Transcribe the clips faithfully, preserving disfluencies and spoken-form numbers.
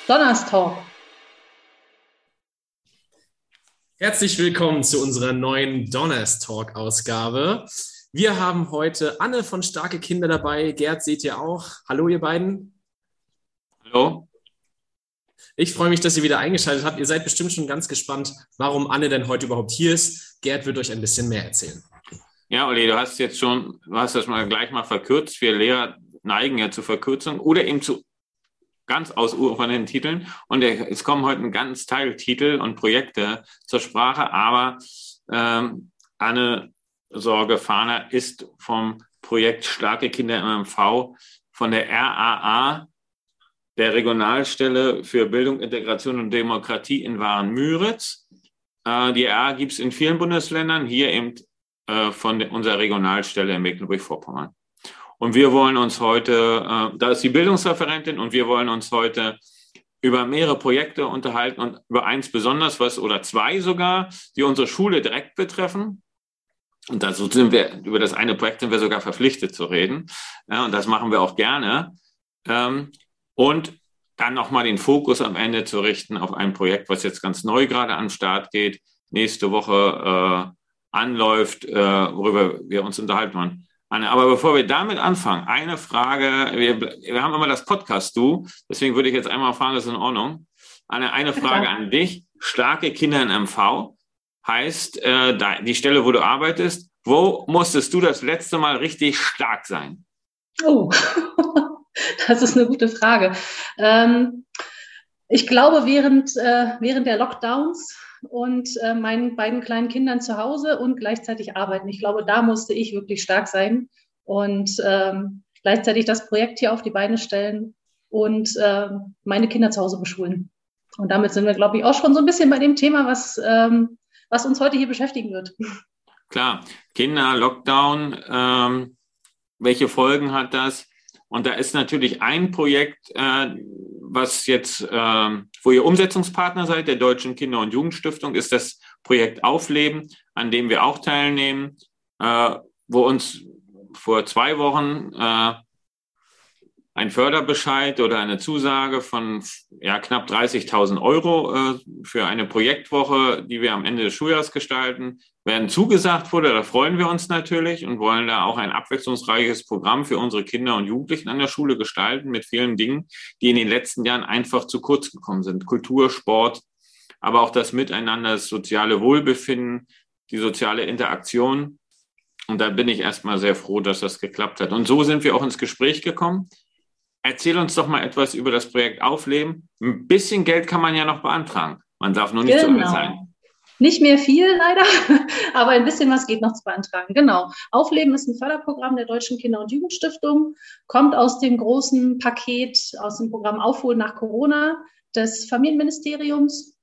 Donnerstalk. Herzlich willkommen zu unserer neuen Donnerstalk-Ausgabe. Wir haben heute Anne von Starke Kinder dabei. Gerd seht ihr auch. Hallo ihr beiden. Hallo. Ich freue mich, dass ihr wieder eingeschaltet habt. Ihr seid bestimmt schon ganz gespannt, warum Anne denn heute überhaupt hier ist. Gerd wird euch ein bisschen mehr erzählen. Ja, Olli, du hast jetzt schon, du hast das mal gleich mal verkürzt. Wir Lehrer neigen ja zur Verkürzung oder eben zu ganz ausufernden Titeln. Und es kommen heute ein ganz Teiltitel und Projekte zur Sprache. Aber ähm, Anne Sorge-Fahner ist vom Projekt Starke Kinder im M V von der R A A, der Regionalstelle für Bildung, Integration und Demokratie in Waren-Müritz. Äh, die R A A gibt es in vielen Bundesländern, hier eben äh, von der, unserer Regionalstelle in Mecklenburg-Vorpommern. Und wir wollen uns heute, äh, da ist die Bildungsreferentin, und wir wollen uns heute über mehrere Projekte unterhalten und über eins besonders, was oder zwei sogar, die unsere Schule direkt betreffen. Und dazu sind wir, über das eine Projekt sind wir sogar verpflichtet zu reden. Ja, und das machen wir auch gerne. Ähm, und dann nochmal den Fokus am Ende zu richten auf ein Projekt, was jetzt ganz neu gerade an den Start geht, nächste Woche äh, anläuft, äh, worüber wir uns unterhalten wollen. Anne, aber bevor wir damit anfangen, eine Frage. Wir, wir haben immer das Podcast-Du, deswegen würde ich jetzt einmal fragen, ist in Ordnung? Anne, eine Frage an dich. Starke Kinder in M V heißt, äh, die Stelle, wo du arbeitest, wo musstest du das letzte Mal richtig stark sein? Oh, das ist eine gute Frage. Ähm, ich glaube, während, äh, während der Lockdowns und äh, meinen beiden kleinen Kindern zu Hause und gleichzeitig arbeiten. Ich glaube, da musste ich wirklich stark sein und ähm, gleichzeitig das Projekt hier auf die Beine stellen und äh, meine Kinder zu Hause beschulen. Und damit sind wir, glaube ich, auch schon so ein bisschen bei dem Thema, was, ähm, was uns heute hier beschäftigen wird. Klar, Kinder, Lockdown, ähm, welche Folgen hat das? Und da ist natürlich ein Projekt, äh, was jetzt, äh, wo ihr Umsetzungspartner seid, der Deutschen Kinder- und Jugendstiftung, ist das Projekt Aufleben, an dem wir auch teilnehmen, äh, wo uns vor zwei Wochen äh, ein Förderbescheid oder eine Zusage von ja, knapp dreißigtausend Euro äh, für eine Projektwoche, die wir am Ende des Schuljahres gestalten, werden zugesagt wurde. Da freuen wir uns natürlich und wollen da auch ein abwechslungsreiches Programm für unsere Kinder und Jugendlichen an der Schule gestalten mit vielen Dingen, die in den letzten Jahren einfach zu kurz gekommen sind. Kultur, Sport, aber auch das Miteinander, das soziale Wohlbefinden, die soziale Interaktion. Und da bin ich erstmal sehr froh, dass das geklappt hat. Und so sind wir auch ins Gespräch gekommen. Erzähl uns doch mal etwas über das Projekt Aufleben. Ein bisschen Geld kann man ja noch beantragen. Man darf nur nicht Genau. zu alt sein. Nicht mehr viel leider, aber ein bisschen was geht noch zu beantragen. Genau. Aufleben ist ein Förderprogramm der Deutschen Kinder- und Jugendstiftung, kommt aus dem großen Paket, aus dem Programm Aufholen nach Corona des Familienministeriums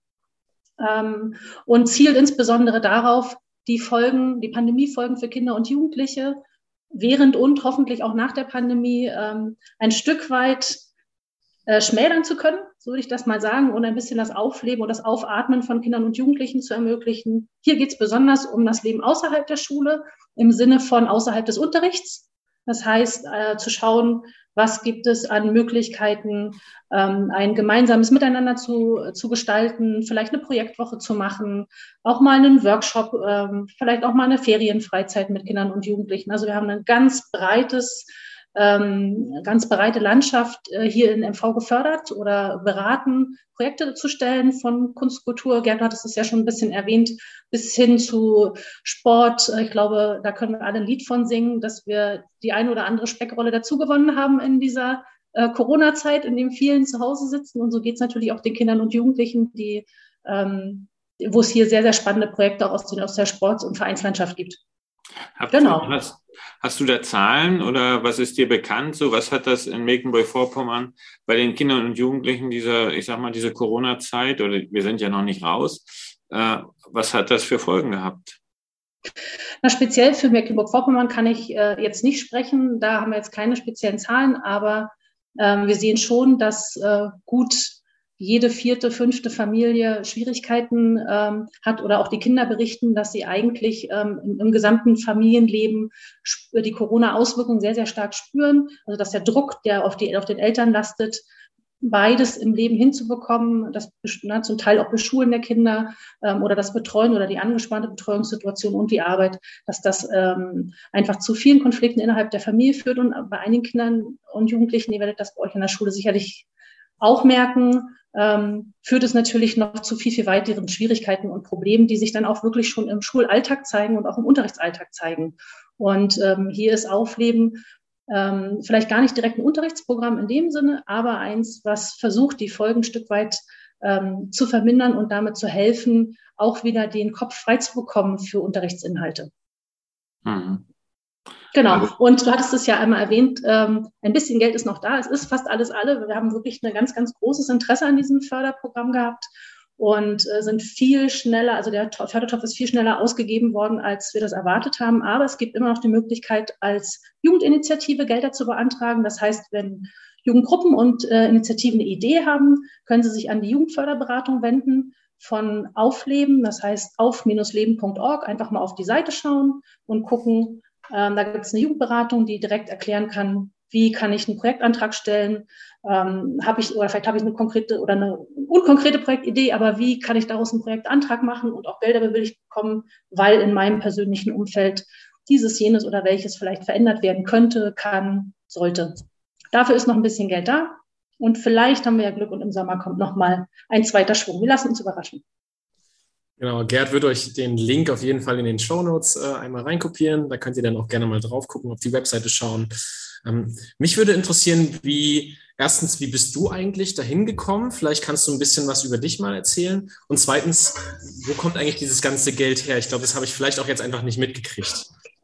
ähm, und zielt insbesondere darauf, die Folgen, die Pandemiefolgen für Kinder und Jugendliche während und hoffentlich auch nach der Pandemie ähm, ein Stück weit äh, schmälern zu können, so würde ich das mal sagen, und ein bisschen das Aufleben und das Aufatmen von Kindern und Jugendlichen zu ermöglichen. Hier geht es besonders um das Leben außerhalb der Schule, im Sinne von außerhalb des Unterrichts. Das heißt, äh, zu schauen, was gibt es an Möglichkeiten, ähm, ein gemeinsames Miteinander zu, zu gestalten, vielleicht eine Projektwoche zu machen, auch mal einen Workshop, ähm, vielleicht auch mal eine Ferienfreizeit mit Kindern und Jugendlichen. Also wir haben ein ganz breites, ähm, ganz breite Landschaft äh, hier in M V gefördert oder beraten, Projekte zu stellen von Kunst, Kultur, Gerd hat es ja schon ein bisschen erwähnt, bis hin zu Sport. Ich glaube, da können wir alle ein Lied von singen, dass wir die eine oder andere Speckrolle dazu gewonnen haben in dieser äh, Corona-Zeit, in dem vielen zu Hause sitzen. Und so geht es natürlich auch den Kindern und Jugendlichen, die, ähm, wo es hier sehr, sehr spannende Projekte auch aus, den, aus der Sport- und Vereinslandschaft gibt. Habt Genau. Ihr, hast, hast du da Zahlen oder was ist dir bekannt? So, was hat das in Mecklenburg-Vorpommern bei den Kindern und Jugendlichen, diese, ich sag mal, diese Corona-Zeit, oder wir sind ja noch nicht raus, äh, was hat das für Folgen gehabt? Na, speziell für Mecklenburg-Vorpommern kann ich äh, jetzt nicht sprechen. Da haben wir jetzt keine speziellen Zahlen, aber ähm, wir sehen schon, dass äh, gut jede vierte, fünfte Familie Schwierigkeiten ähm, hat oder auch die Kinder berichten, dass sie eigentlich ähm, im, im gesamten Familienleben die Corona-Auswirkungen sehr, sehr stark spüren. Also dass der Druck, der auf, die, auf den Eltern lastet, beides im Leben hinzubekommen, das na, zum Teil auch Beschulen der Kinder ähm, oder das Betreuen oder die angespannte Betreuungssituation und die Arbeit, dass das ähm, einfach zu vielen Konflikten innerhalb der Familie führt. Und bei einigen Kindern und Jugendlichen, ihr werdet das bei euch in der Schule sicherlich auch merken, ähm, führt es natürlich noch zu viel, viel weiteren Schwierigkeiten und Problemen, die sich dann auch wirklich schon im Schulalltag zeigen und auch im Unterrichtsalltag zeigen. Und ähm, hier ist Aufleben Ähm, vielleicht gar nicht direkt ein Unterrichtsprogramm in dem Sinne, aber eins, was versucht, die Folgen ein Stück weit ähm, zu vermindern und damit zu helfen, auch wieder den Kopf frei zu bekommen für Unterrichtsinhalte. Mhm. Genau. Und du hattest es ja einmal erwähnt, ähm, ein bisschen Geld ist noch da. Es ist fast alles alle. Wir haben wirklich ein ganz, ganz großes Interesse an diesem Förderprogramm gehabt und äh, sind viel schneller, also der Fördertopf ist viel schneller ausgegeben worden, als wir das erwartet haben. Aber es gibt immer noch die Möglichkeit, als Jugendinitiative Gelder zu beantragen. Das heißt, wenn Jugendgruppen und äh, Initiativen eine Idee haben, können sie sich an die Jugendförderberatung wenden von Aufleben, das heißt auf Bindestrich leben Punkt org, einfach mal auf die Seite schauen und gucken. Ähm, da gibt es eine Jugendberatung, die direkt erklären kann, wie kann ich einen Projektantrag stellen, ähm, habe ich, oder vielleicht habe ich eine konkrete oder eine unkonkrete Projektidee, aber wie kann ich daraus einen Projektantrag machen und auch Gelder bewilligt bekommen, weil in meinem persönlichen Umfeld dieses, jenes oder welches vielleicht verändert werden könnte, kann, sollte. Dafür ist noch ein bisschen Geld da und vielleicht haben wir ja Glück und im Sommer kommt nochmal ein zweiter Schwung. Wir lassen uns überraschen. Genau, Gerd wird euch den Link auf jeden Fall in den Shownotes äh, einmal reinkopieren. Da könnt ihr dann auch gerne mal drauf gucken, auf die Webseite schauen. Ähm, mich würde interessieren, wie, erstens, wie bist du eigentlich dahin gekommen? Vielleicht kannst du ein bisschen was über dich mal erzählen. Und zweitens, wo kommt eigentlich dieses ganze Geld her? Ich glaube, das habe ich vielleicht auch jetzt einfach nicht mitgekriegt.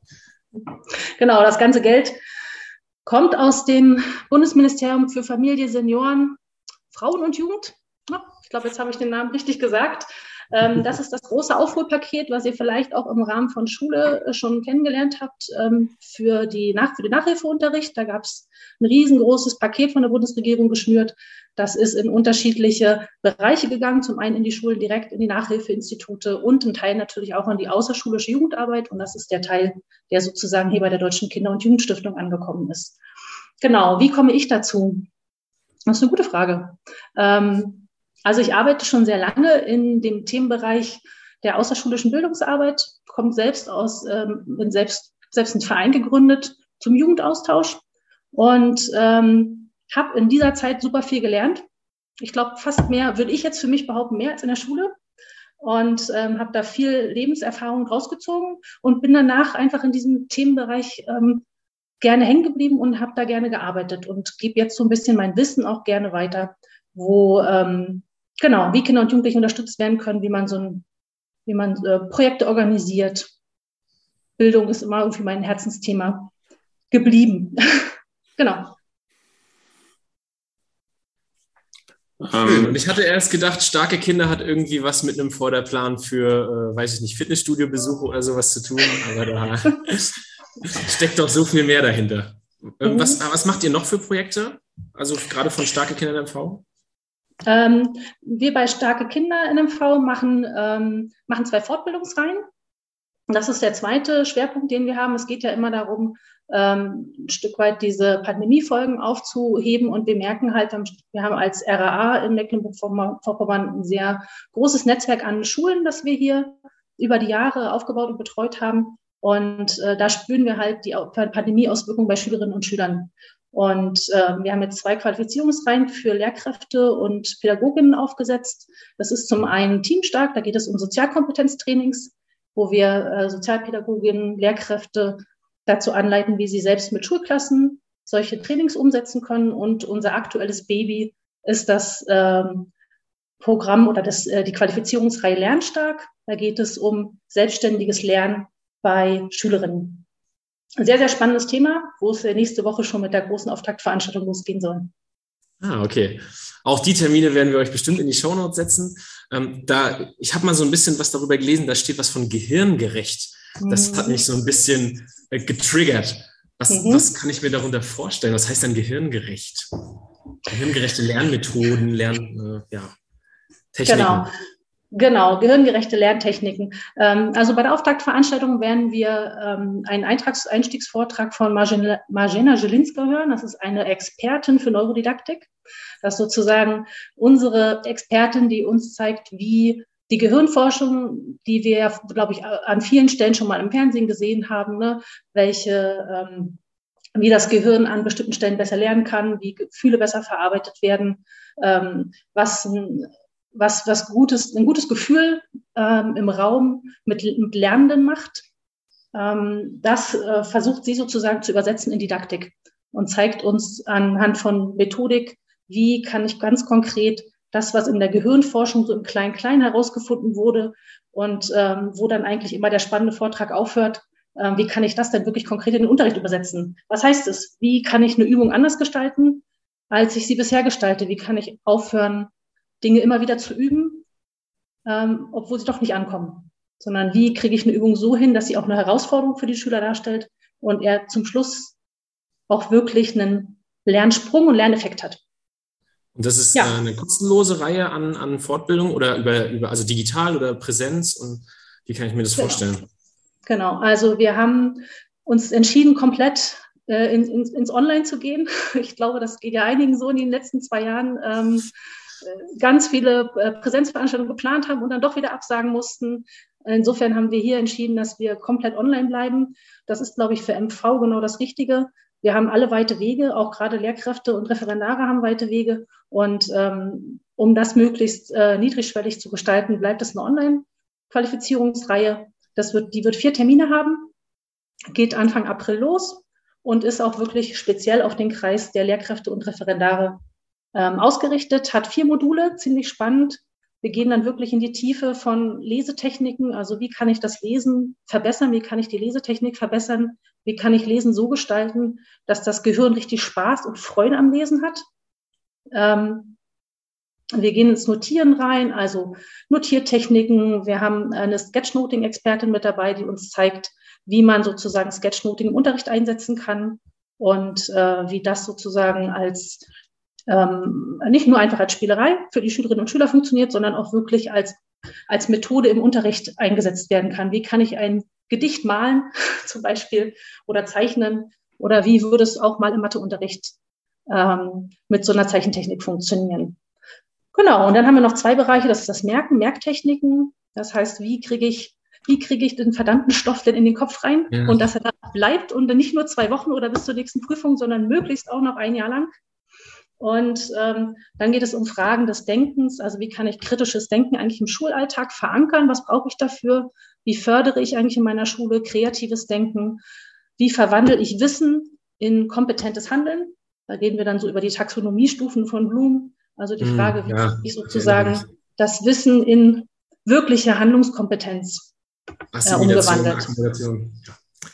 Genau, das ganze Geld kommt aus dem Bundesministerium für Familie, Senioren, Frauen und Jugend. Ich glaube, jetzt habe ich den Namen richtig gesagt. Das ist das große Aufholpaket, was ihr vielleicht auch im Rahmen von Schule schon kennengelernt habt, für, die Nach- für den Nachhilfeunterricht. Da gab es ein riesengroßes Paket von der Bundesregierung geschnürt. Das ist in unterschiedliche Bereiche gegangen. Zum einen in die Schulen direkt, in die Nachhilfeinstitute und ein Teil natürlich auch in die außerschulische Jugendarbeit. Und das ist der Teil, der sozusagen hier bei der Deutschen Kinder- und Jugendstiftung angekommen ist. Genau, wie komme ich dazu? Das ist eine gute Frage. Ähm, Also ich arbeite schon sehr lange in dem Themenbereich der außerschulischen Bildungsarbeit, komme selbst aus, ähm, bin selbst, selbst einen Verein gegründet zum Jugendaustausch und ähm, habe in dieser Zeit super viel gelernt. Ich glaube, fast mehr, würde ich jetzt für mich behaupten, mehr als in der Schule und ähm, habe da viel Lebenserfahrung rausgezogen und bin danach einfach in diesem Themenbereich ähm, gerne hängen geblieben und habe da gerne gearbeitet und gebe jetzt so ein bisschen mein Wissen auch gerne weiter, wo ähm, Genau, wie Kinder und Jugendliche unterstützt werden können, wie man so ein, wie man äh, Projekte organisiert. Bildung ist immer irgendwie mein Herzensthema geblieben. Genau. Schön. Und ich hatte erst gedacht, starke Kinder hat irgendwie was mit einem Förderplan für, äh, weiß ich nicht, Fitnessstudio-Besuche oder sowas zu tun, aber da steckt doch so viel mehr dahinter. Ähm, was, was macht ihr noch für Projekte? Also gerade von Starke Kinder in M V? Ähm, wir bei Starke Kinder in M V machen, ähm, machen zwei Fortbildungsreihen. Das ist der zweite Schwerpunkt, den wir haben. Es geht ja immer darum, ähm, ein Stück weit diese Pandemiefolgen aufzuheben. Und wir merken halt, wir haben als R A A in Mecklenburg-Vorpommern ein sehr großes Netzwerk an Schulen, das wir hier über die Jahre aufgebaut und betreut haben. Und äh, da spüren wir halt die Pandemieauswirkungen bei Schülerinnen und Schülern. Und äh, wir haben jetzt zwei Qualifizierungsreihen für Lehrkräfte und Pädagoginnen aufgesetzt. Das ist zum einen Teamstark, da geht es um Sozialkompetenztrainings, wo wir äh, Sozialpädagoginnen, Lehrkräfte dazu anleiten, wie sie selbst mit Schulklassen solche Trainings umsetzen können. Und unser aktuelles Baby ist das ähm, Programm oder das, äh, die Qualifizierungsreihe Lernstark. Da geht es um selbstständiges Lernen bei Schülerinnen. Ein sehr, sehr spannendes Thema, wo es nächste Woche schon mit der großen Auftaktveranstaltung losgehen soll. Ah, okay. Auch die Termine werden wir euch bestimmt in die Shownotes setzen. Ähm, da, ich habe mal so ein bisschen was darüber gelesen, da steht was von gehirngerecht. Das mhm. hat mich so ein bisschen äh, getriggert. Was, mhm. was kann ich mir darunter vorstellen? Was heißt dann gehirngerecht? Gehirngerechte Lernmethoden, Lern, äh, ja, Techniken. Genau. Genau, gehirngerechte Lerntechniken. Ähm, also bei der Auftaktveranstaltung werden wir ähm, einen Eintrags- Einstiegsvortrag von Marjana, Marjana Jelinska hören. Das ist eine Expertin für Neurodidaktik. Das ist sozusagen unsere Expertin, die uns zeigt, wie die Gehirnforschung, die wir, glaube ich, an vielen Stellen schon mal im Fernsehen gesehen haben, ne, welche, ähm, wie das Gehirn an bestimmten Stellen besser lernen kann, wie Gefühle besser verarbeitet werden, ähm, was was, was gutes, ein gutes Gefühl ähm, im Raum mit, mit Lernenden macht. Ähm, das äh, versucht sie sozusagen zu übersetzen in Didaktik und zeigt uns anhand von Methodik, wie kann ich ganz konkret das, was in der Gehirnforschung so im Klein-Klein herausgefunden wurde und ähm, wo dann eigentlich immer der spannende Vortrag aufhört, äh, wie kann ich das denn wirklich konkret in den Unterricht übersetzen? Was heißt es? Wie kann ich eine Übung anders gestalten, als ich sie bisher gestalte? Wie kann ich aufhören, Dinge immer wieder zu üben, ähm, obwohl sie doch nicht ankommen, sondern wie kriege ich eine Übung so hin, dass sie auch eine Herausforderung für die Schüler darstellt und er zum Schluss auch wirklich einen Lernsprung und Lerneffekt hat. Und das ist ja. äh, eine kostenlose Reihe an, an Fortbildung oder über, über, also digital oder Präsenz, und wie kann ich mir das genau. vorstellen? Genau, also wir haben uns entschieden, komplett äh, in, in, ins Online zu gehen. Ich glaube, das geht ja einigen so in den letzten zwei Jahren. Ähm, ganz viele Präsenzveranstaltungen geplant haben und dann doch wieder absagen mussten. Insofern haben wir hier entschieden, dass wir komplett online bleiben. Das ist, glaube ich, für M V genau das Richtige. Wir haben alle weite Wege, auch gerade Lehrkräfte und Referendare haben weite Wege. Und ähm, um das möglichst äh, niedrigschwellig zu gestalten, bleibt es eine Online-Qualifizierungsreihe. Das wird, die wird vier Termine haben, geht Anfang April los und ist auch wirklich speziell auf den Kreis der Lehrkräfte und Referendare Ähm, ausgerichtet, hat vier Module, ziemlich spannend. Wir gehen dann wirklich in die Tiefe von Lesetechniken, also wie kann ich das Lesen verbessern, wie kann ich die Lesetechnik verbessern, wie kann ich Lesen so gestalten, dass das Gehirn richtig Spaß und Freude am Lesen hat. Ähm, wir gehen ins Notieren rein, also Notiertechniken. Wir haben eine Sketchnoting-Expertin mit dabei, die uns zeigt, wie man sozusagen Sketchnoting im Unterricht einsetzen kann und äh, wie das sozusagen als Ähm, nicht nur einfach als Spielerei für die Schülerinnen und Schüler funktioniert, sondern auch wirklich als, als Methode im Unterricht eingesetzt werden kann. Wie kann ich ein Gedicht malen zum Beispiel oder zeichnen, oder wie würde es auch mal im Matheunterricht ähm, mit so einer Zeichentechnik funktionieren. Genau, und dann haben wir noch zwei Bereiche, das ist das Merken, Merktechniken. Das heißt, wie kriege ich, wie kriege ich den verdammten Stoff denn in den Kopf rein ja. und dass er da bleibt und dann nicht nur zwei Wochen oder bis zur nächsten Prüfung, sondern möglichst auch noch ein Jahr lang. Und ähm, dann geht es um Fragen des Denkens, also wie kann ich kritisches Denken eigentlich im Schulalltag verankern, was brauche ich dafür, wie fördere ich eigentlich in meiner Schule kreatives Denken, wie verwandle ich Wissen in kompetentes Handeln, da reden wir dann so über die Taxonomiestufen von Bloom, also die Frage, wie ja, ich sozusagen das Wissen in wirkliche Handlungskompetenz äh, umgewandelt. Ja.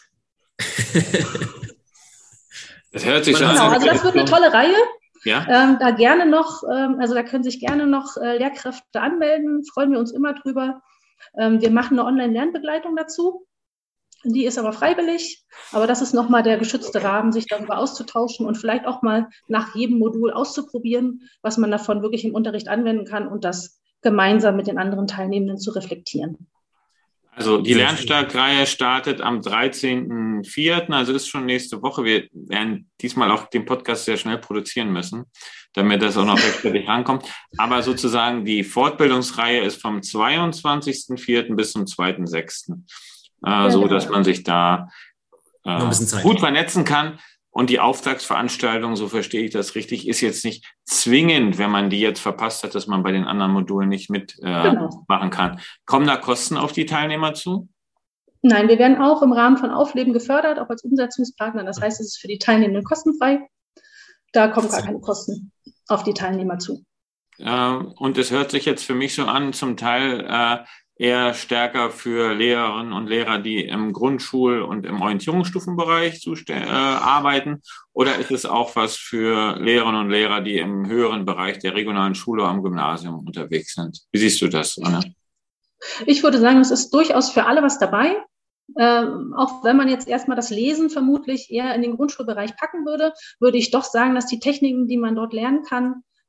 Das hört sich genau, an. Also das wird eine tolle Reihe. Ja. Ähm, da gerne noch, ähm, also da können sich gerne noch äh, Lehrkräfte anmelden, freuen wir uns immer drüber. Ähm, wir machen eine Online-Lernbegleitung dazu, die ist aber freiwillig, aber das ist nochmal der geschützte Rahmen, sich darüber auszutauschen und vielleicht auch mal nach jedem Modul auszuprobieren, was man davon wirklich im Unterricht anwenden kann und das gemeinsam mit den anderen Teilnehmenden zu reflektieren. Also die Lernstark-Reihe startet am dreizehnten vierten, also ist schon nächste Woche. Wir werden diesmal auch den Podcast sehr schnell produzieren müssen, damit das auch noch rechtzeitig rankommt. Aber sozusagen die Fortbildungsreihe ist vom zweiundzwanzigsten vierten bis zum zweiten sechsten Äh, so dass man sich da äh, gut vernetzen kann. Und die Auftaktveranstaltung, so verstehe ich das richtig, ist jetzt nicht zwingend, wenn man die jetzt verpasst hat, dass man bei den anderen Modulen nicht mitmachen äh, genau. kann. Kommen da Kosten auf die Teilnehmer zu? Nein, wir werden auch im Rahmen von Aufleben gefördert, auch als Umsetzungspartner. Das heißt, es ist für die Teilnehmenden kostenfrei. Da kommen gar keine Kosten auf die Teilnehmer zu. Äh, und es hört sich jetzt für mich so an, zum Teil äh, eher stärker für Lehrerinnen und Lehrer, die im Grundschul- und im Orientierungsstufenbereich zustä- äh, arbeiten? Oder ist es auch was für Lehrerinnen und Lehrer, die im höheren Bereich der regionalen Schule am Gymnasium unterwegs sind? Wie siehst du das, Anna? Ich würde sagen, es ist durchaus für alle was dabei. Ähm, auch wenn man jetzt erstmal das Lesen vermutlich eher in den Grundschulbereich packen würde, würde ich doch sagen, dass die Techniken, die man dort lernen kann,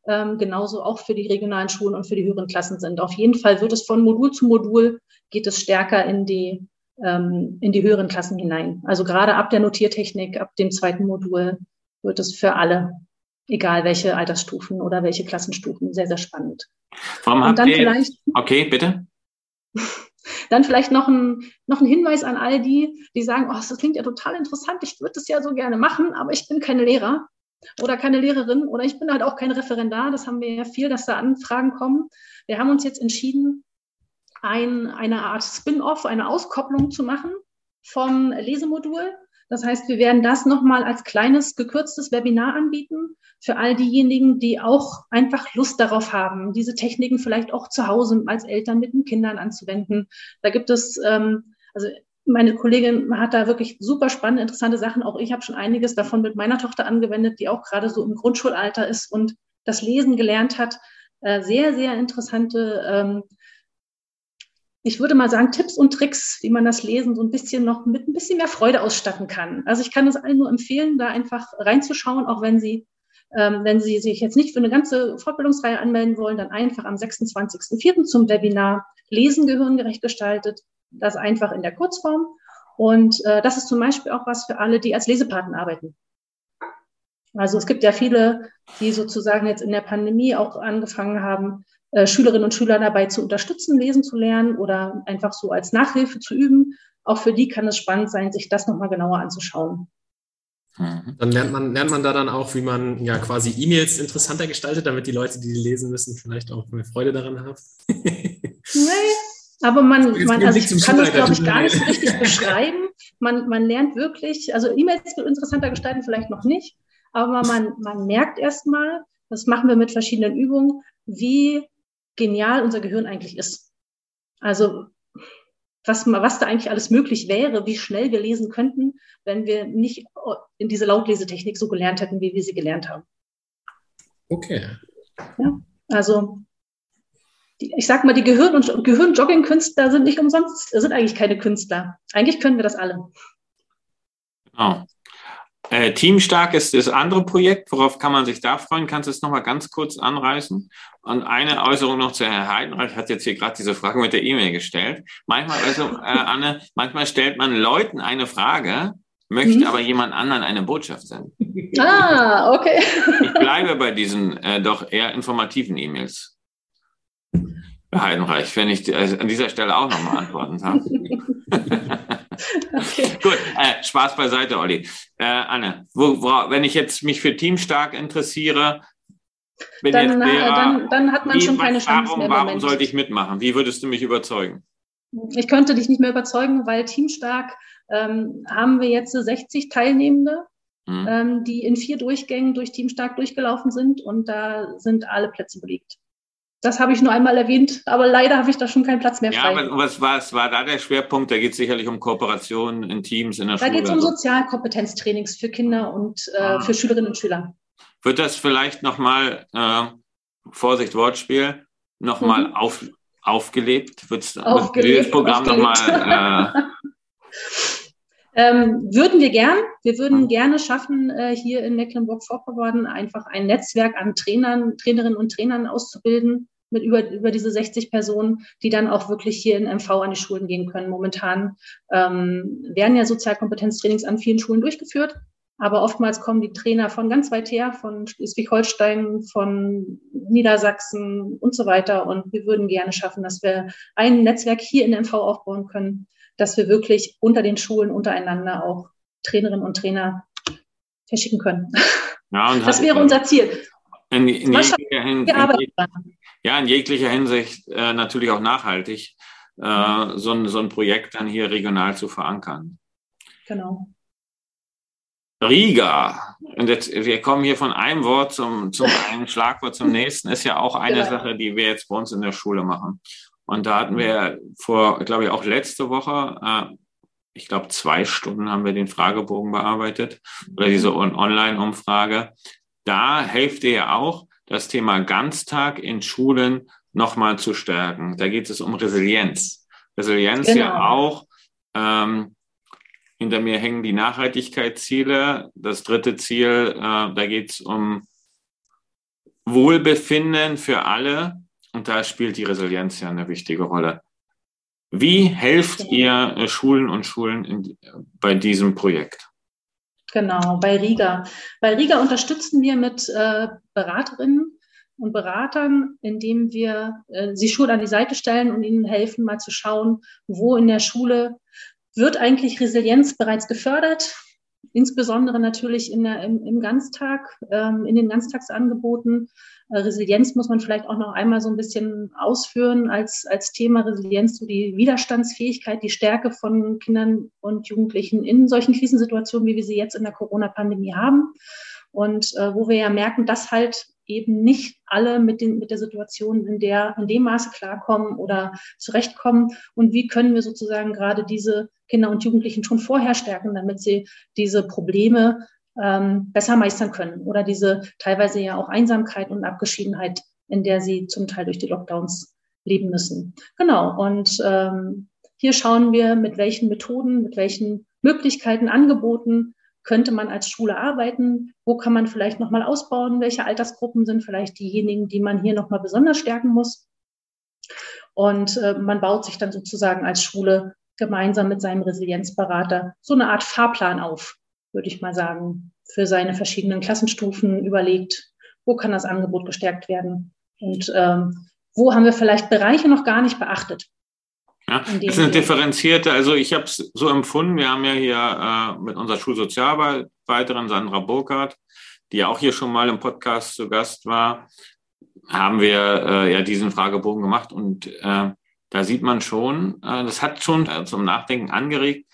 ähm, genauso auch für die regionalen Schulen und für die höheren Klassen sind. Auf jeden Fall wird es von Modul zu Modul, geht es stärker in die, ähm, in die höheren Klassen hinein. Also gerade ab der Notiertechnik, ab dem zweiten Modul wird es für alle, egal welche Altersstufen oder welche Klassenstufen, sehr, sehr spannend. Warum und dann ihr, vielleicht, okay, bitte. Dann vielleicht noch ein, noch ein Hinweis an all die, die sagen, oh, das klingt ja total interessant, ich würde das ja so gerne machen, aber ich bin keine Lehrer oder keine Lehrerin oder ich bin halt auch kein Referendar. Das haben wir ja viel, dass da Anfragen kommen. Wir haben uns jetzt entschieden, ein, eine Art Spin-off, eine Auskopplung zu machen vom Lesemodul. Das heißt, wir werden das nochmal als kleines, gekürztes Webinar anbieten für all diejenigen, die auch einfach Lust darauf haben, diese Techniken vielleicht auch zu Hause als Eltern mit den Kindern anzuwenden. Da gibt es, ähm, also meine Kollegin hat da wirklich super spannende, interessante Sachen. Auch ich habe schon einiges davon mit meiner Tochter angewendet, die auch gerade so im Grundschulalter ist und das Lesen gelernt hat. Äh, sehr, sehr interessante, ähm, ich würde mal sagen, Tipps und Tricks, wie man das Lesen so ein bisschen noch mit ein bisschen mehr Freude ausstatten kann. Also ich kann es allen nur empfehlen, da einfach reinzuschauen, auch wenn Sie, ähm, wenn Sie sich jetzt nicht für eine ganze Fortbildungsreihe anmelden wollen, dann einfach am sechsundzwanzigsten vierten zum Webinar Lesen gehirngerecht gestaltet. Das einfach in der Kurzform. Und äh, das ist zum Beispiel auch was für alle, die als Lesepaten arbeiten. Also es gibt ja viele, die sozusagen jetzt in der Pandemie auch angefangen haben, äh, Schülerinnen und Schüler dabei zu unterstützen, lesen zu lernen oder einfach so als Nachhilfe zu üben. Auch für die kann es spannend sein, sich das nochmal genauer anzuschauen. Dann lernt man, lernt man da dann auch, wie man ja quasi E-Mails interessanter gestaltet, damit die Leute, die die lesen müssen, vielleicht auch mehr Freude daran haben. Nee. Aber man, man also ich kann das, glaube ich, gar nicht so richtig beschreiben. Man, man lernt wirklich, also E-Mails interessanter gestalten vielleicht noch nicht, aber man, man merkt erstmal, das machen wir mit verschiedenen Übungen, wie genial unser Gehirn eigentlich ist. Also was, was da eigentlich alles möglich wäre, wie schnell wir lesen könnten, wenn wir nicht in diese Lautlesetechnik so gelernt hätten, wie wir sie gelernt haben. Okay. Ja, also ich sag mal, die Gehirn- und Gehirnjogging-Künstler sind nicht umsonst, sind eigentlich keine Künstler. Eigentlich können wir das alle. Genau. Äh, Teamstark ist das andere Projekt. Worauf kann man sich da freuen? Kannst du es nochmal ganz kurz anreißen? Und eine Äußerung noch zu Herrn Heidenreich, hat jetzt hier gerade diese Frage mit der E-Mail gestellt. Manchmal, also, äh, Anne, manchmal stellt man Leuten eine Frage, möchte mhm. aber jemand anderen eine Botschaft senden. Ah, okay. Ich bleibe bei diesen äh, doch eher informativen E-Mails. Heidenreich, wenn ich also an dieser Stelle auch nochmal antworten darf. Okay. Gut, äh, Spaß beiseite, Olli. Äh, Anne, wo, wo, wenn ich jetzt mich für Teamstark interessiere, bin dann, jetzt Lehrer, dann, dann hat man wie, schon keine Chance warum, mehr. Warum Moment. sollte ich mitmachen? Wie würdest du mich überzeugen? Ich könnte dich nicht mehr überzeugen, weil Teamstark ähm, haben wir jetzt sechzig Teilnehmende, hm. ähm, die in vier Durchgängen durch Teamstark durchgelaufen sind und da sind alle Plätze belegt. Das habe ich nur einmal erwähnt, aber leider habe ich da schon keinen Platz mehr frei. Ja, aber was war, was war da der Schwerpunkt? Da geht es sicherlich um Kooperationen in Teams in der da Schule. Da geht es um Sozialkompetenztrainings für Kinder und äh, ah. für Schülerinnen und Schüler. Wird das vielleicht nochmal, äh, Vorsicht, Wortspiel, nochmal mhm. auf, aufgelebt? Wird's, aufgelebt? Wird das Programm nochmal... Äh, Ähm, würden wir gern. Wir würden gerne schaffen, äh, hier in Mecklenburg-Vorpommern einfach ein Netzwerk an Trainern, Trainerinnen und Trainern auszubilden mit über, über diese sechzig Personen, die dann auch wirklich hier in M V an die Schulen gehen können. Momentan ähm, werden ja Sozialkompetenztrainings an vielen Schulen durchgeführt, aber oftmals kommen die Trainer von ganz weit her, von Schleswig-Holstein, von Niedersachsen und so weiter. Und wir würden gerne schaffen, dass wir ein Netzwerk hier in M V aufbauen können, dass wir wirklich unter den Schulen untereinander auch Trainerinnen und Trainer verschicken können. Ja, und das wäre unser Ziel. In, in jeglicher Hinsicht, ja, in jeglicher Hinsicht äh, natürlich auch nachhaltig, äh, so, ein, so ein Projekt dann hier regional zu verankern. Genau. Riga. Und jetzt, wir kommen hier von einem Wort zum, zum einen Schlagwort zum nächsten, ist ja auch eine genau. Sache, die wir jetzt bei uns in der Schule machen. Und da hatten wir vor, glaube ich, auch letzte Woche, äh, ich glaube, zwei Stunden haben wir den Fragebogen bearbeitet oder diese On- Online-Umfrage. Da hilft dir ja auch, das Thema Ganztag in Schulen nochmal zu stärken. Da geht es um Resilienz. Resilienz genau. ja auch, ähm, hinter mir hängen die Nachhaltigkeitsziele. Das dritte Ziel, äh, da geht es um Wohlbefinden für alle. Und da spielt die Resilienz ja eine wichtige Rolle. Wie helft ihr äh, Schulen und Schulen in, bei diesem Projekt? Genau, bei Riga. Bei Riga unterstützen wir mit äh, Beraterinnen und Beratern, indem wir äh, sie Schulen an die Seite stellen und ihnen helfen, mal zu schauen, wo in der Schule wird eigentlich Resilienz bereits gefördert, insbesondere natürlich in der, im, im Ganztag, ähm, in den Ganztagsangeboten. Äh, Resilienz muss man vielleicht auch noch einmal so ein bisschen ausführen als, als Thema Resilienz, so die Widerstandsfähigkeit, die Stärke von Kindern und Jugendlichen in solchen Krisensituationen, wie wir sie jetzt in der Corona-Pandemie haben. Und äh, wo wir ja merken, dass halt eben nicht alle mit, den, mit der Situation in, der, in dem Maße klarkommen oder zurechtkommen. Und wie können wir sozusagen gerade diese Kinder und Jugendlichen schon vorher stärken, damit sie diese Probleme ähm, besser meistern können oder diese teilweise ja auch Einsamkeit und Abgeschiedenheit, in der sie zum Teil durch die Lockdowns leben müssen. Genau, und ähm, hier schauen wir, mit welchen Methoden, mit welchen Möglichkeiten, Angeboten könnte man als Schule arbeiten? Wo kann man vielleicht nochmal ausbauen? Welche Altersgruppen sind vielleicht diejenigen, die man hier nochmal besonders stärken muss? Und äh, man baut sich dann sozusagen als Schule gemeinsam mit seinem Resilienzberater so eine Art Fahrplan auf, würde ich mal sagen, für seine verschiedenen Klassenstufen überlegt, wo kann das Angebot gestärkt werden und ähm, wo haben wir vielleicht Bereiche noch gar nicht beachtet. Ja, das ist eine differenzierte, also ich habe es so empfunden, wir haben ja hier äh, mit unserer Schulsozialarbeiterin Sandra Burkhardt, die ja auch hier schon mal im Podcast zu Gast war, haben wir äh, ja diesen Fragebogen gemacht und äh, da sieht man schon, äh, das hat schon äh, zum Nachdenken angeregt,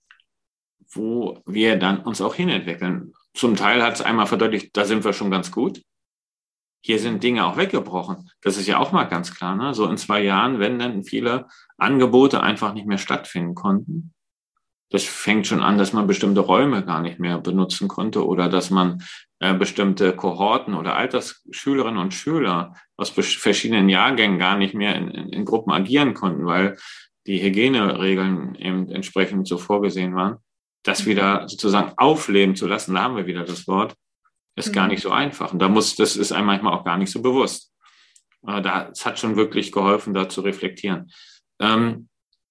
wo wir dann uns auch hinentwickeln. Zum Teil hat es einmal verdeutlicht, da sind wir schon ganz gut. Hier sind Dinge auch weggebrochen. Das ist ja auch mal ganz klar, ne? So in zwei Jahren, wenn dann viele Angebote einfach nicht mehr stattfinden konnten. Das fängt schon an, dass man bestimmte Räume gar nicht mehr benutzen konnte oder dass man äh, bestimmte Kohorten oder Altersschülerinnen und Schüler aus verschiedenen Jahrgängen gar nicht mehr in, in, in Gruppen agieren konnten, weil die Hygieneregeln eben entsprechend so vorgesehen waren. Das wieder sozusagen aufleben zu lassen, da haben wir wieder das Wort, ist gar nicht so einfach. Und da muss, das ist einem manchmal auch gar nicht so bewusst. Äh, da, es hat schon wirklich geholfen, da zu reflektieren. Ähm,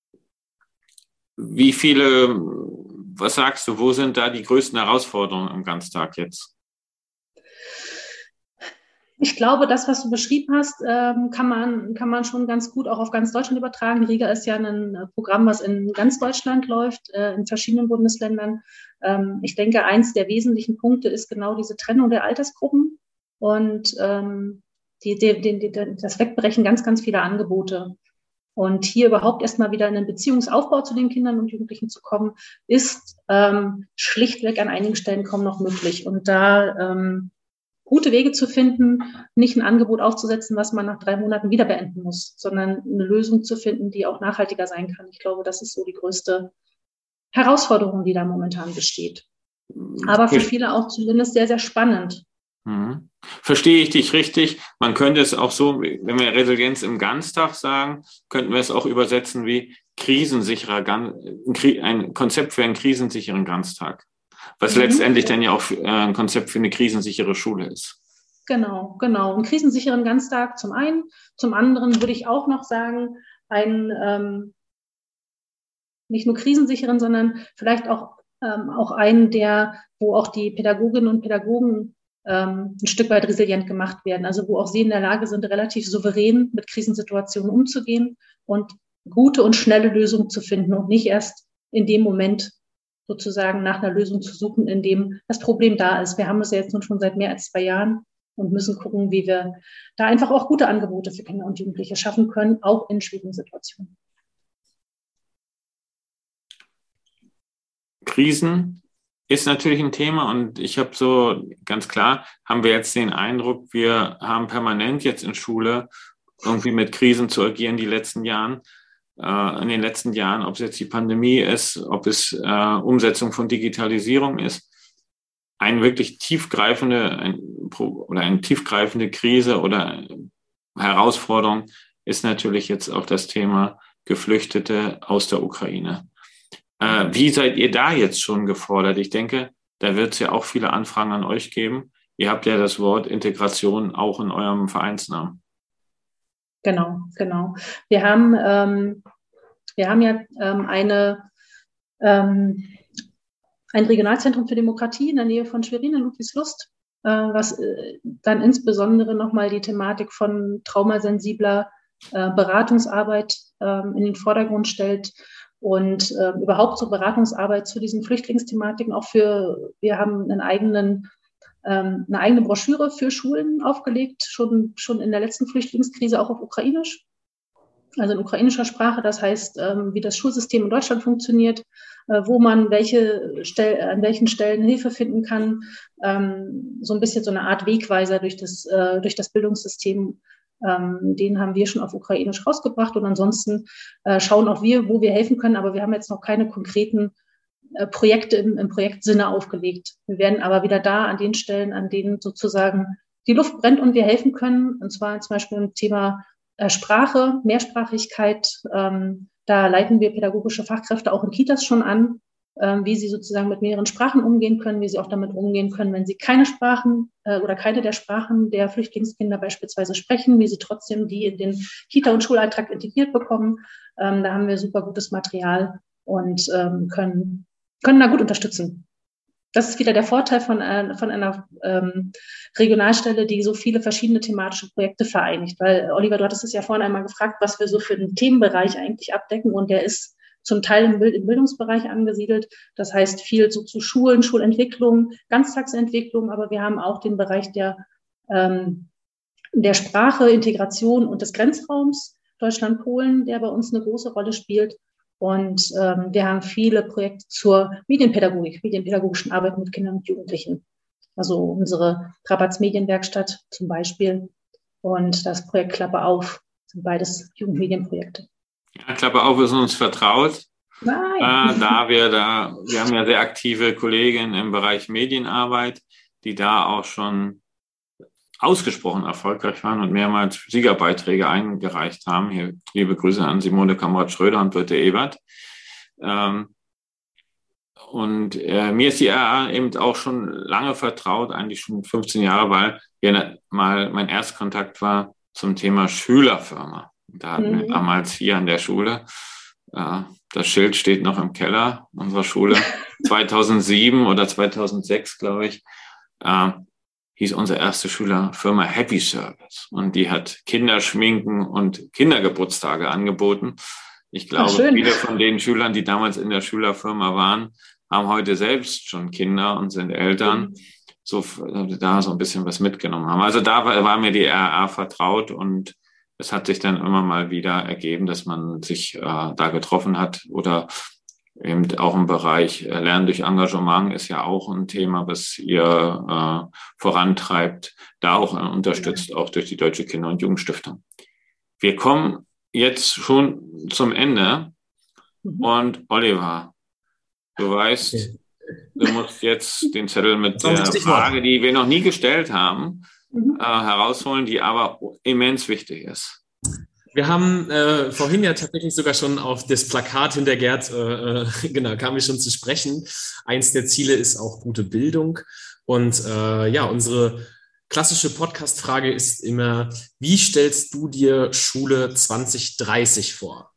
wie viele, was sagst du, wo sind da die größten Herausforderungen am Ganztag jetzt? Ich glaube, das, was du beschrieben hast, ähm, kann man, kann man schon ganz gut auch auf ganz Deutschland übertragen. Riga ist ja ein Programm, was in ganz Deutschland läuft, äh, in verschiedenen Bundesländern. Ähm, ich denke, eins der wesentlichen Punkte ist genau diese Trennung der Altersgruppen und ähm, die, die, die, die, das Wegbrechen ganz, ganz vieler Angebote. Und hier überhaupt erstmal wieder in einen Beziehungsaufbau zu den Kindern und Jugendlichen zu kommen, ist ähm, schlichtweg an einigen Stellen kaum noch möglich. Und da ähm, gute Wege zu finden, nicht ein Angebot aufzusetzen, was man nach drei Monaten wieder beenden muss, sondern eine Lösung zu finden, die auch nachhaltiger sein kann. Ich glaube, das ist so die größte Herausforderung, die da momentan besteht. Aber für viele auch zumindest sehr, sehr spannend. Mhm. Verstehe ich dich richtig? Man könnte es auch so, wenn wir Resilienz im Ganztag sagen, könnten wir es auch übersetzen wie krisensicherer, ein Konzept für einen krisensicheren Ganztag. Was mhm. letztendlich dann ja auch ein Konzept für eine krisensichere Schule ist. Genau, genau. Einen krisensicheren Ganztag zum einen. Zum anderen würde ich auch noch sagen, einen ähm, nicht nur krisensicheren, sondern vielleicht auch, ähm, auch einen, der, wo auch die Pädagoginnen und Pädagogen ähm, ein Stück weit resilient gemacht werden. Also wo auch sie in der Lage sind, relativ souverän mit Krisensituationen umzugehen und gute und schnelle Lösungen zu finden und nicht erst in dem Moment sozusagen nach einer Lösung zu suchen, in dem das Problem da ist. Wir haben es ja jetzt nun schon seit mehr als zwei Jahren und müssen gucken, wie wir da einfach auch gute Angebote für Kinder und Jugendliche schaffen können, auch in schwierigen Situationen. Krisen ist natürlich ein Thema und ich habe so ganz klar, haben wir jetzt den Eindruck, wir haben permanent jetzt in Schule irgendwie mit Krisen zu agieren die letzten Jahren. In den letzten Jahren, ob es jetzt die Pandemie ist, ob es äh, Umsetzung von Digitalisierung ist, eine wirklich tiefgreifende ein, oder eine tiefgreifende Krise oder Herausforderung ist natürlich jetzt auch das Thema Geflüchtete aus der Ukraine. Äh, wie seid ihr da jetzt schon gefordert? Ich denke, da wird es ja auch viele Anfragen an euch geben. ihr habt ja das Wort Integration auch in eurem Vereinsnamen. Genau, genau. Wir haben, ähm, wir haben ja ähm, eine, ähm, ein Regionalzentrum für Demokratie in der Nähe von Schwerin in Ludwigslust, äh, was äh, dann insbesondere nochmal die Thematik von traumasensibler äh, Beratungsarbeit äh, in den Vordergrund stellt und äh, überhaupt so Beratungsarbeit zu diesen Flüchtlingsthematiken. Auch für, wir haben einen eigenen eine eigene Broschüre für Schulen aufgelegt, schon, schon in der letzten Flüchtlingskrise auch auf Ukrainisch, also in ukrainischer Sprache. Das heißt, wie das Schulsystem in Deutschland funktioniert, wo man welche Stell, an welchen Stellen Hilfe finden kann, so ein bisschen so eine Art Wegweiser durch das, durch das Bildungssystem. Den haben wir schon auf Ukrainisch rausgebracht und ansonsten schauen auch wir, wo wir helfen können, aber wir haben jetzt noch keine konkreten Projekte im, im Projektsinne aufgelegt. Wir werden aber wieder da an den Stellen, an denen sozusagen die Luft brennt und wir helfen können. Und zwar zum Beispiel im Thema äh, Sprache, Mehrsprachigkeit. Ähm, da leiten wir pädagogische Fachkräfte auch in Kitas schon an, ähm, wie sie sozusagen mit mehreren Sprachen umgehen können, wie sie auch damit umgehen können, wenn sie keine Sprachen äh, oder keine der Sprachen der Flüchtlingskinder beispielsweise sprechen, wie sie trotzdem die in den Kita- und Schulalltag integriert bekommen. Ähm, da haben wir super gutes Material und ähm, können können da gut unterstützen. Das ist wieder der Vorteil von, äh, von einer ähm, Regionalstelle, die so viele verschiedene thematische Projekte vereinigt. Weil, Oliver, du hattest es ja vorhin einmal gefragt, was wir so für einen Themenbereich eigentlich abdecken. Und der ist zum Teil im, Bild, im Bildungsbereich angesiedelt. Das heißt viel so zu Schulen, Schulentwicklung, Ganztagsentwicklung. Aber wir haben auch den Bereich der, ähm, der Sprache, Integration und des Grenzraums Deutschland-Polen, der bei uns eine große Rolle spielt. Und ähm, wir haben viele Projekte zur Medienpädagogik, medienpädagogischen Arbeit mit Kindern und Jugendlichen. Also unsere Trabatz Medienwerkstatt zum Beispiel und das Projekt Klappe auf sind beides Jugendmedienprojekte. Ja, Klappe auf ist uns vertraut. Nein. Äh, da wir da, wir haben ja sehr aktive Kolleginnen im Bereich Medienarbeit, die da auch schon ausgesprochen erfolgreich waren und mehrmals Siegerbeiträge eingereicht haben. Hier liebe Grüße an Simone Kamrat-Schröder und Birte Ebert. Ähm, und äh, mir ist die R A eben auch schon lange vertraut, eigentlich schon fünfzehn Jahre, weil hier mal mein Erstkontakt war zum Thema Schülerfirma. Da hatten mhm. wir damals hier an der Schule, äh, das Schild steht noch im Keller unserer Schule, zweitausendsieben oder zweitausendsechs, glaube ich, äh, hieß unsere erste Schülerfirma Happy Service. Und die hat Kinderschminken und Kindergeburtstage angeboten. Ich glaube, Ach, viele von den Schülern, die damals in der Schülerfirma waren, haben heute selbst schon Kinder und sind Eltern. Mhm. So, da so ein bisschen was mitgenommen haben. Also da war, war mir die R A vertraut und es hat sich dann immer mal wieder ergeben, dass man sich äh, da getroffen hat oder eben auch im Bereich Lernen durch Engagement ist ja auch ein Thema, was ihr äh, vorantreibt, da auch äh, unterstützt, auch durch die Deutsche Kinder- und Jugendstiftung. Wir kommen jetzt schon zum Ende und Oliver, du weißt, okay. Du musst jetzt den Zettel mit der Frage, die wir noch nie gestellt haben, mhm. äh, herausholen, die aber immens wichtig ist. Wir haben äh, vorhin ja tatsächlich sogar schon auf das Plakat hinter Gerd, äh, genau, kamen wir schon zu sprechen. Eins der Ziele ist auch gute Bildung. Und äh, ja, unsere klassische Podcast-Frage ist immer, wie stellst du dir Schule zwanzig dreißig vor?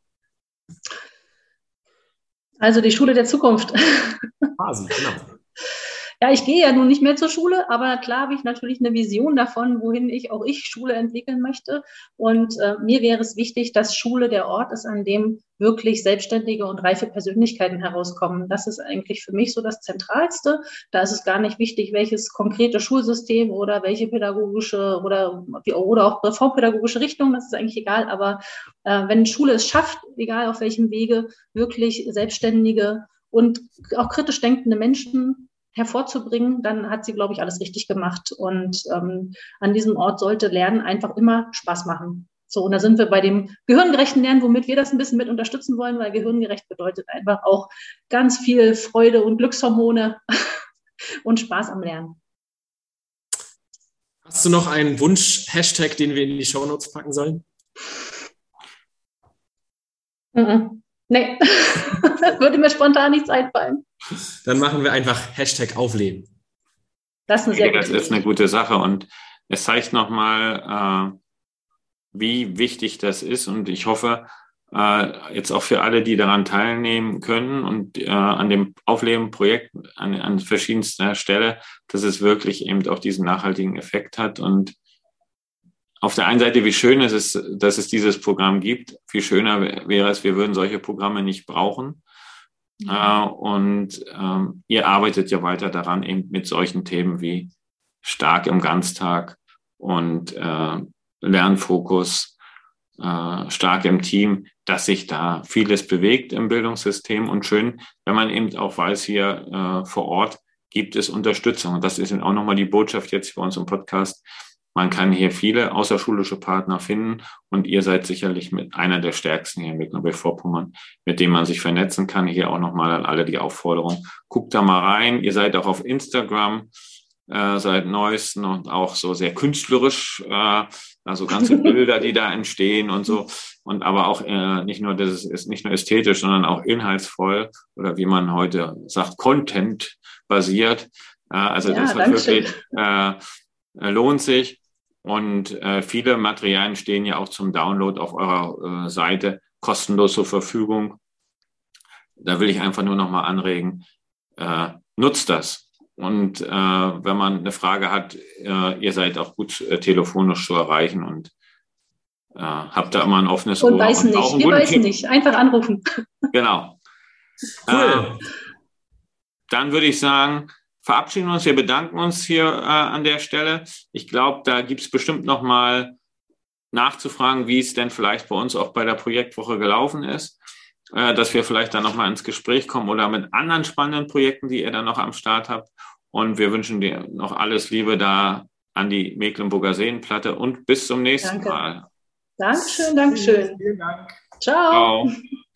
Also die Schule der Zukunft. Quasi, genau. Ja, ich gehe ja nun nicht mehr zur Schule, aber klar habe ich natürlich eine Vision davon, wohin ich auch ich Schule entwickeln möchte. Und äh, mir wäre es wichtig, dass Schule der Ort ist, an dem wirklich selbstständige und reife Persönlichkeiten herauskommen. Das ist eigentlich für mich so das Zentralste. Da ist es gar nicht wichtig, welches konkrete Schulsystem oder welche pädagogische oder, oder auch reformpädagogische Richtung, das ist eigentlich egal. Aber äh, wenn Schule es schafft, egal auf welchem Wege, wirklich selbstständige und auch kritisch denkende Menschen hervorzubringen, dann hat sie, glaube ich, alles richtig gemacht. Und ähm, an diesem Ort sollte Lernen einfach immer Spaß machen. So, und da sind wir bei dem gehirngerechten Lernen, womit wir das ein bisschen mit unterstützen wollen, weil gehirngerecht bedeutet einfach auch ganz viel Freude und Glückshormone und Spaß am Lernen. Hast du noch einen Wunsch-Hashtag, den wir in die Shownotes packen sollen? Mm-mm. Nee, würde mir spontan nichts einfallen. Dann machen wir einfach Hashtag Aufleben. Das ist eine sehr gute Sache. Das ist eine gute Sache und es zeigt nochmal, äh, wie wichtig das ist und ich hoffe, äh, jetzt auch für alle, die daran teilnehmen können und äh, an dem Aufleben-Projekt an, an verschiedenster Stelle, dass es wirklich eben auch diesen nachhaltigen Effekt hat und auf der einen Seite, wie schön es ist, dass es dieses Programm gibt, viel schöner wäre es, wir würden solche Programme nicht brauchen. Mhm. Äh, und ähm, ihr arbeitet ja weiter daran, eben mit solchen Themen wie stark im Ganztag und äh, Lernfokus, äh, stark im Team, dass sich da vieles bewegt im Bildungssystem und schön, wenn man eben auch weiß, hier äh, vor Ort gibt es Unterstützung. Und das ist auch nochmal die Botschaft jetzt bei uns im Podcast. Man kann hier viele außerschulische Partner finden und ihr seid sicherlich mit einer der stärksten hier in Mecklenburg-Vorpommern, mit dem man sich vernetzen kann. Hier auch nochmal an alle die Aufforderung. Guckt da mal rein. Ihr seid auch auf Instagram äh, seit neuesten und auch so sehr künstlerisch, äh, also ganze Bilder, die da entstehen und so. Und aber auch äh, nicht nur, das ist nicht nur ästhetisch, sondern auch inhaltsvoll oder wie man heute sagt, Content basiert. Äh, also ja, das hat wirklich äh, lohnt sich. Und äh, viele Materialien stehen ja auch zum Download auf eurer äh, Seite kostenlos zur Verfügung. Da will ich einfach nur noch mal anregen, äh, nutzt das. Und äh, wenn man eine Frage hat, äh, ihr seid auch gut äh, telefonisch zu erreichen und äh, habt da immer ein offenes und Ohr. Weiß und nicht. Wir weiß nicht, einfach anrufen. Genau. Cool. Äh, dann würde ich sagen, verabschieden wir uns, wir bedanken uns hier äh, an der Stelle. Ich glaube, da gibt es bestimmt noch mal nachzufragen, wie es denn vielleicht bei uns auch bei der Projektwoche gelaufen ist, äh, dass wir vielleicht dann noch mal ins Gespräch kommen oder mit anderen spannenden Projekten, die ihr dann noch am Start habt. Und wir wünschen dir noch alles Liebe da an die Mecklenburger Seenplatte und bis zum nächsten Danke. Mal. Dankeschön, Dankeschön. Vielen Dank. Ciao. Ciao.